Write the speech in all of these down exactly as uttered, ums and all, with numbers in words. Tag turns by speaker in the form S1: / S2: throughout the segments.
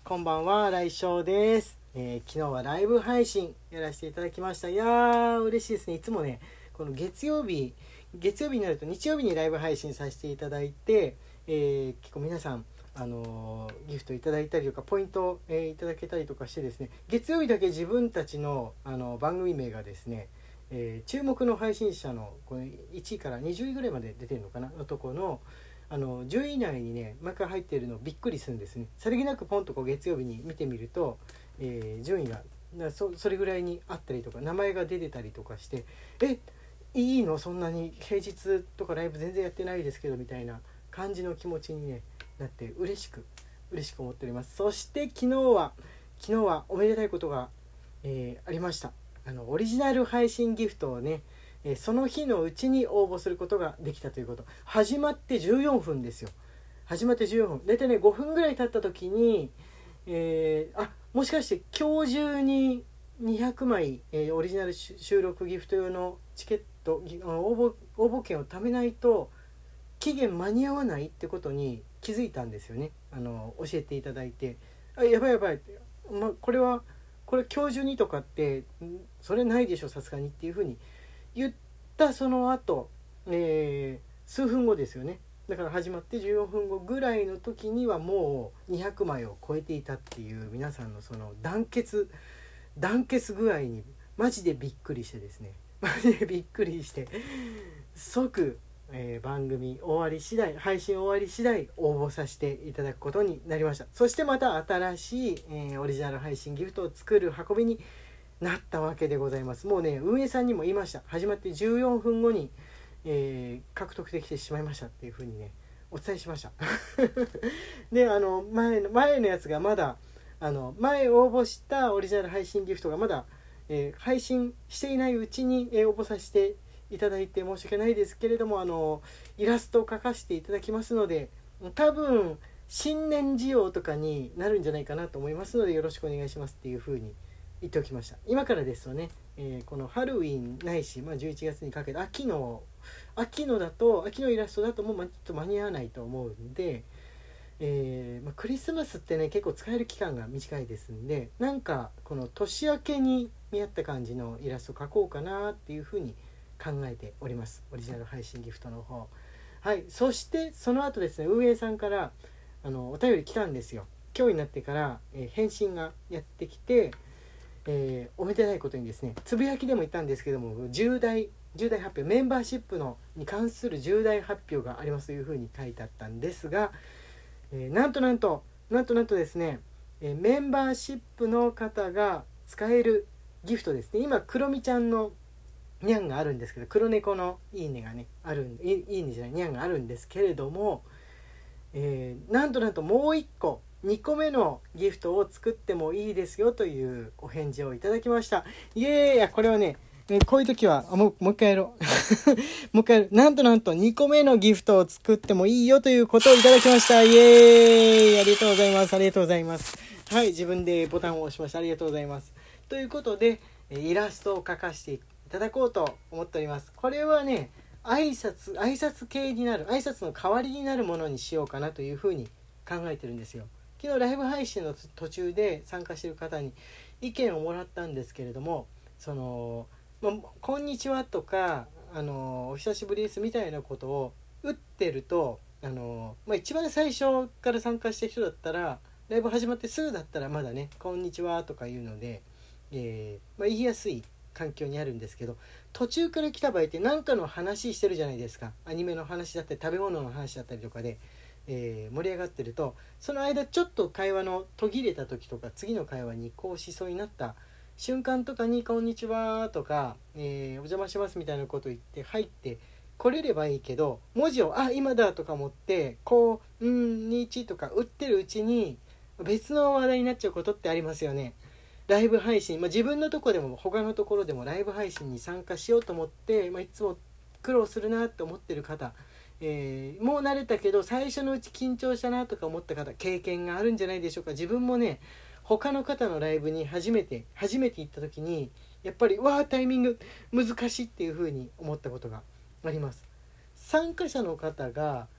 S1: こんばんは、来翔です、えー、昨日はライブ配信やらせていただきました。いやー嬉しいですね。いつもねこの月曜日月曜日になると日曜日にライブ配信させていただいて、えー、結構皆さんあのー、ギフトいただいたりとかポイントを、えー、いただけたりとかしてですね、月曜日だけ自分たちの、あのー、番組名がですね、えー、注目の配信者のこのいちいからにじゅういぐらいまで出てるのかなのとこのあのじゅうい以内にね毎回入っているのびっくりするんですね。さりげなくポンとこう月曜日に見てみると、えー、順位が そ, それぐらいにあったりとか名前が出てたりとかして、えいいのそんなに平日とかライブ全然やってないですけどみたいな感じの気持ちに、ね、なって嬉しく嬉しく思っております。そして昨日は昨日はおめでたいことが、えー、ありました。あのオリジナル配信ギフトをねその日のうちに応募することができたということ。始まってじゅうよんふんですよ。始まってじゅうよんふん。大体ねごふんぐらい経った時に、えー、あもしかして今日中ににひゃくまい、えー、オリジナル収録ギフト用のチケット応募応募券を貯めないと期限間に合わないってことに気づいたんですよね。あの教えていただいて、あやばいやばいって、ま、これはこれ今日中にとかってそれないでしょさすがにっていうふうに言ったその後、えー、数分後ですよね。だから始まってじゅうよんふんごぐらいの時にはもうにひゃくまいを超えていたっていう皆さんのその団結団結具合にマジでびっくりしてですねマジでびっくりして即、えー、番組終わり次第配信終わり次第応募させていただくことになりました。そしてまた新しい、えー、オリジナル配信ギフトを作る運びになったわけでございます。もうね運営さんにも言いました。始まってじゅうよんふんごに、えー、獲得できてしまいましたっていう風にねお伝えしましたであの前の前のやつがまだあの前応募したオリジナル配信ギフトがまだ、えー、配信していないうちに、えー、応募させていただいて申し訳ないですけれども、あのイラストを描かせていただきますので多分新年仕様とかになるんじゃないかなと思いますのでよろしくお願いしますっていう風に言っておきました。今からですとね、えー、このハロウィンないし、まあ、じゅういちがつにかけて秋の秋のだと秋のイラストだともうちょっと間に合わないと思うんで、えーまあ、クリスマスってね結構使える期間が短いですんで、なんかこの年明けに見合った感じのイラスト描こうかなっていうふうに考えております。オリジナル配信ギフトの方。はい。そしてその後ですね、運営さんからあのお便り来たんですよ。今日になってから、えー、返信がやってきて、えー、おめでたいことにですね、つぶやきでも言ったんですけども、重大重大発表、メンバーシップのに関する重大発表がありますというふうに書いてあったんですが、えー、なんとなんとなんとなんとですね、えー、メンバーシップの方が使えるギフトですね。今クロミちゃんのニャンがあるんですけど、黒猫のいいねがねあるんいいねじゃないニャンがあるんですけれども、えー、なんとなんともういっこにこめのギフトを作ってもいいですよというお返事をいただきました。イエーイ。これはねこういう時はもう、もう一回やろうもう一回やる。なんとなんとにこめのギフトを作ってもいいよということをいただきました。イエーイ。ありがとうございますありがとうございます。はい、自分でボタンを押しました。ありがとうございます。ということでイラストを描かせていただこうと思っております。これはね挨拶挨拶系になる挨拶の代わりになるものにしようかなというふうに考えてるんですよ。昨日ライブ配信の途中で参加している方に意見をもらったんですけれども、その、まあ、こんにちはとかあのお久しぶりですみたいなことを打ってるとあの、まあ、一番最初から参加した人だったらライブ始まってすぐだったらまだねこんにちはとか言うので、えーまあ、言いやすい環境にあるんですけど、途中から来た場合って何かの話してるじゃないですか。アニメの話だったり食べ物の話だったりとかで、えー、盛り上がってるとその間ちょっと会話の途切れた時とか次の会話に移行しそうになった瞬間とかにこんにちはとか、えー、お邪魔しますみたいなことを言って入ってこれればいいけど、文字をあ今だとか思ってこうんにちとか打ってるうちに別の話題になっちゃうことってありますよね。ライブ配信、まあ、自分のとこでも他のところでもライブ配信に参加しようと思って、まあ、いつも苦労するなって思ってる方、えー、もう慣れたけど最初のうち緊張したなとか思った方経験があるんじゃないでしょうか。自分もね他の方のライブに初めて初めて行った時にやっぱりわータイミング難しいっていう風に思ったことがあります。参加者の方が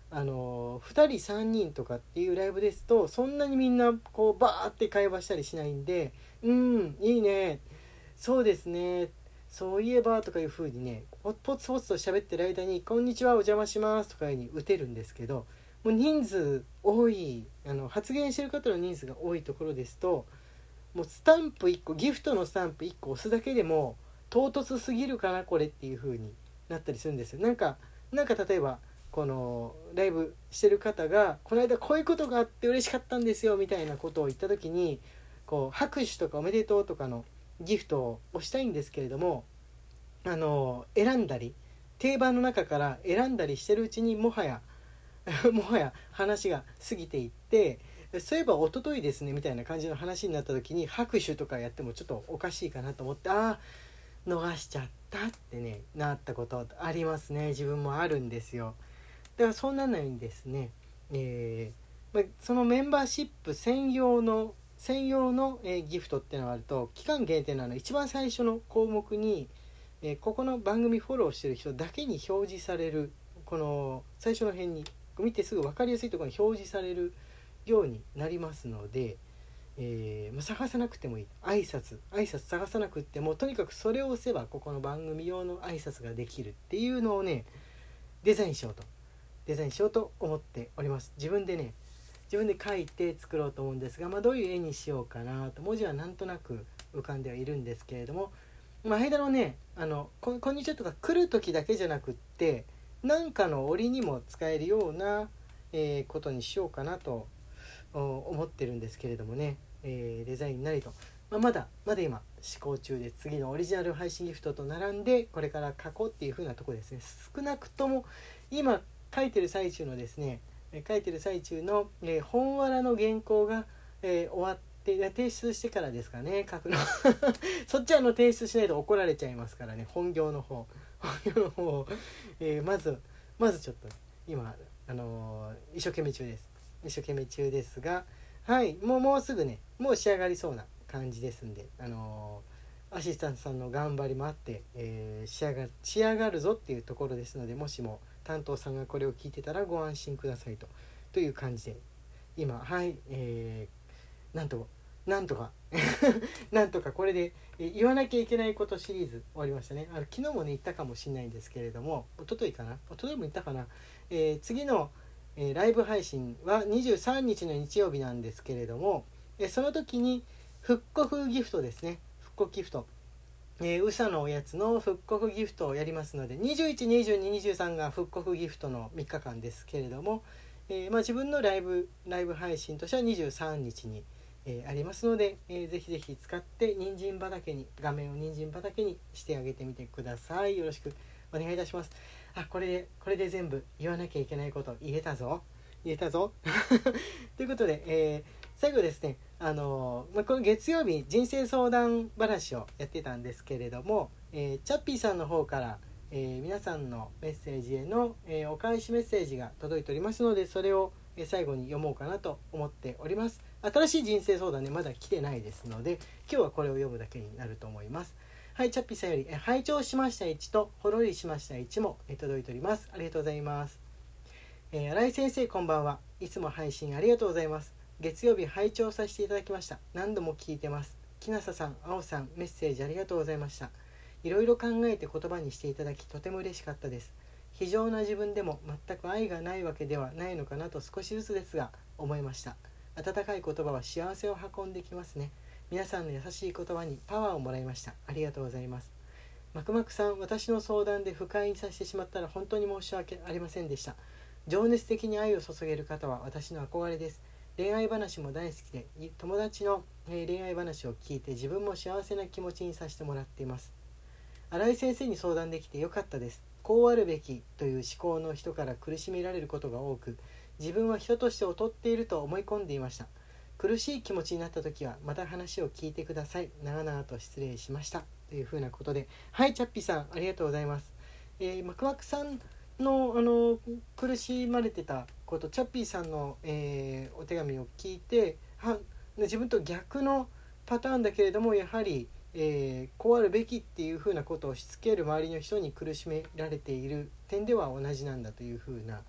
S1: あのふたりさんにんとかっていうライブですとそんなにみんなこうバーって会話したりしないんで、うんいいね、そうですね、そういえばとかいう風にねポツポツポツと喋ってる間にこんにちはお邪魔しますとかに打てるんですけど、もう人数多い、あの発言してる方の人数が多いところですともうスタンプいっこ、ギフトのスタンプいっこ押すだけでも唐突すぎるかなこれっていう風になったりするんですよ。なんかなんか例えばこのライブしてる方がこの間こういうことがあって嬉しかったんですよみたいなことを言った時にこう拍手とかおめでとうとかのギフトを押したいんですけれども、あの選んだり定番の中から選んだりしてるうちにもはやもはや話が過ぎていって、そういえば一昨日ですねみたいな感じの話になった時に拍手とかやってもちょっとおかしいかなと思って、ああ逃しちゃったってねなったことありますね。自分もあるんですよ。だからそんなのにですね、えーまあ、そのメンバーシップ専用の専用の、えー、ギフトっていうのがあると期間限定なの一番最初の項目に、えー、ここの番組フォローしてる人だけに表示される、この最初の辺に見てすぐ分かりやすいところに表示されるようになりますので、えーまあ、探さなくてもいい、挨拶挨拶探さなくてもとにかくそれを押せばここの番組用の挨拶ができるっていうのをねデザインしようとデザインしようと思っております。自分でね自分で書いて作ろうと思うんですが、まあ、どういう絵にしようかなと文字はなんとなく浮かんではいるんですけれども、まあ、間のねあのここんにちはとか来る時だけじゃなくって何かの折にも使えるような、えー、ことにしようかなと思ってるんですけれどもね、えー、デザインなりと、まあ、まだまだ今試行中で次のオリジナル配信ギフトと並んでこれから書こうっていう風なところですね。少なくとも今書いてる最中のですね書いてる最中の、えー、本わらの原稿が、えー、終わって提出してからですかね書くのそっちはの提出しないと怒られちゃいますからね、本業の方本業の方を、えー、まずまずちょっと今、あのー、一生懸命中です一生懸命中ですが、はいもうもうすぐねもう仕上がりそうな感じですんで、あのー、アシスタントさんの頑張りもあって、えー、仕上が仕上がるぞっていうところですので、もしも担当さんがこれを聞いてたらご安心くださいとという感じで今はい、えー、なんとなんとかなんとかこれで、えー、言わなきゃいけないことシリーズ終わりましたね。あの昨日もね言ったかもしれないんですけれども、一昨日かな一昨日も言ったかな、えー、次の、えー、ライブ配信はにじゅうさんにちの日曜日なんですけれども、えー、その時に復刻ギフトですね復刻ギフトえー、うさのおやつの復刻ギフトをやりますのでにじゅういち、にじゅうに、にじゅうさんが復刻ギフトのみっかかんですけれども、えーまあ、自分のライブライブ配信としてはにじゅうさんにちに、えー、ありますので、えー、ぜひぜひ使って人参畑に画面を人参畑にしてあげてみてください。よろしくお願いいたします。あこれでこれで全部言わなきゃいけないこと言えたぞ言えたぞということで、えー、最後ですねあのーまあ、この月曜日人生相談話をやってたんですけれども、えー、チャッピーさんの方から、えー、皆さんのメッセージへの、えー、お返しメッセージが届いておりますので、それを、えー、最後に読もうかなと思っております。新しい人生相談ねまだ来てないですので今日はこれを読むだけになると思います。はい、チャッピーさんより、えー、拝聴しましたいちとほろりしましたいちも、えー、届いております。ありがとうございます。えー、新井先生こんばんは。いつも配信ありがとうございます。月曜日拝聴させていただきました。何度も聞いてます。きなささん、あおさん、メッセージありがとうございました。いろいろ考えて言葉にしていただきとても嬉しかったです。非常な自分でも全く愛がないわけではないのかなと少しずつですが思いました。温かい言葉は幸せを運んできますね。皆さんの優しい言葉にパワーをもらいました。ありがとうございます。マクマクさん、私の相談で不快にさせてしまったら本当に申し訳ありませんでした。情熱的に愛を注げる方は私の憧れです。恋愛話も大好きで友達の恋愛話を聞いて自分も幸せな気持ちにさせてもらっています。新井先生に相談できてよかったです。こうあるべきという思考の人から苦しめられることが多く、自分は人として劣っていると思い込んでいました。苦しい気持ちになった時はまた話を聞いてください。長々と失礼しましたというふうなことで、はいチャッピーさんありがとうございます。えー、マクマクさんのあの苦しまれてたことチャッピーさんの、えー、お手紙を聞いては自分と逆のパターンだけれどもやはり、えー、こうあるべきっていうふうなことをしつける周りの人に苦しめられている点では同じなんだというふうな、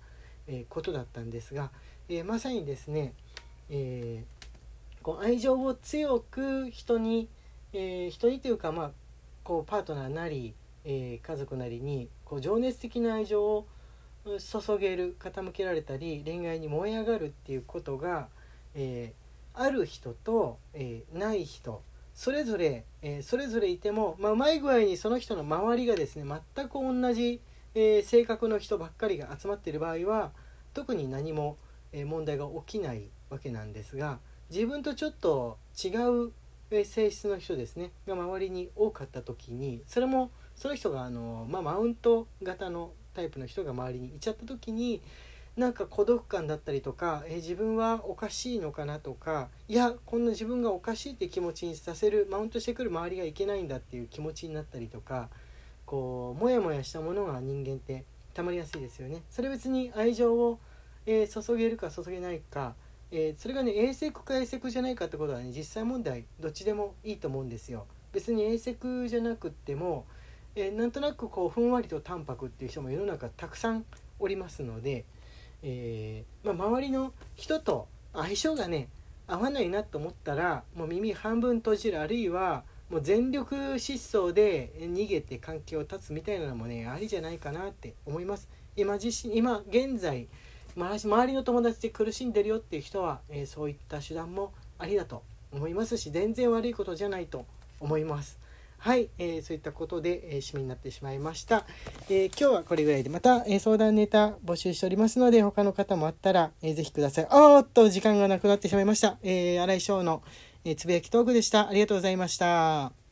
S1: えー、ことだったんですが、えー、まさにですね、えー、こう愛情を強く人に、えー、人にというか、まあ、こうパートナーなり、えー、家族なりにこう情熱的な愛情を注げる、傾けられたり恋愛に燃え上がるっていうことが、えー、ある人と、えー、ない人それぞれ、えー、それぞれいても、まあ、うまい具合にその人の周りがですね全く同じ、えー、性格の人ばっかりが集まっている場合は特に何も、えー、問題が起きないわけなんですが、自分とちょっと違う、えー、性質の人ですねが周りに多かった時に、それもその人があの、まあ、マウント型のタイプの人が周りにいちゃった時に、なんか孤独感だったりとか、え自分はおかしいのかなとか、いやこんな自分がおかしいって気持ちにさせる、マウントしてくる周りがいけないんだっていう気持ちになったりとか、こうモヤモヤしたものが人間ってたまりやすいですよね。それ別に愛情を、えー、注げるか注げないか、えー、それがね永積か永積じゃないかってことはね、実際問題どっちでもいいと思うんですよ。別に永積じゃなくっても、えー、なんとなくこうふんわりと淡白っていう人も世の中たくさんおりますので、えーまあ、周りの人と相性がね合わないなと思ったらもう耳半分閉じる、あるいはもう全力疾走で逃げて関係を断つみたいなのもねありじゃないかなって思います。今自身今現在周りの友達で苦しんでるよっていう人は、えー、そういった手段もありだと思いますし、全然悪いことじゃないと思います。はい、えー、そういったことで、えー、締めになってしまいました。えー、今日はこれぐらいで、また、えー、相談ネタ募集しておりますので、他の方もあったら、えー、ぜひください。おーっと時間がなくなってしまいました。えー、新井翔の、えー、つぶやきトークでした。ありがとうございました。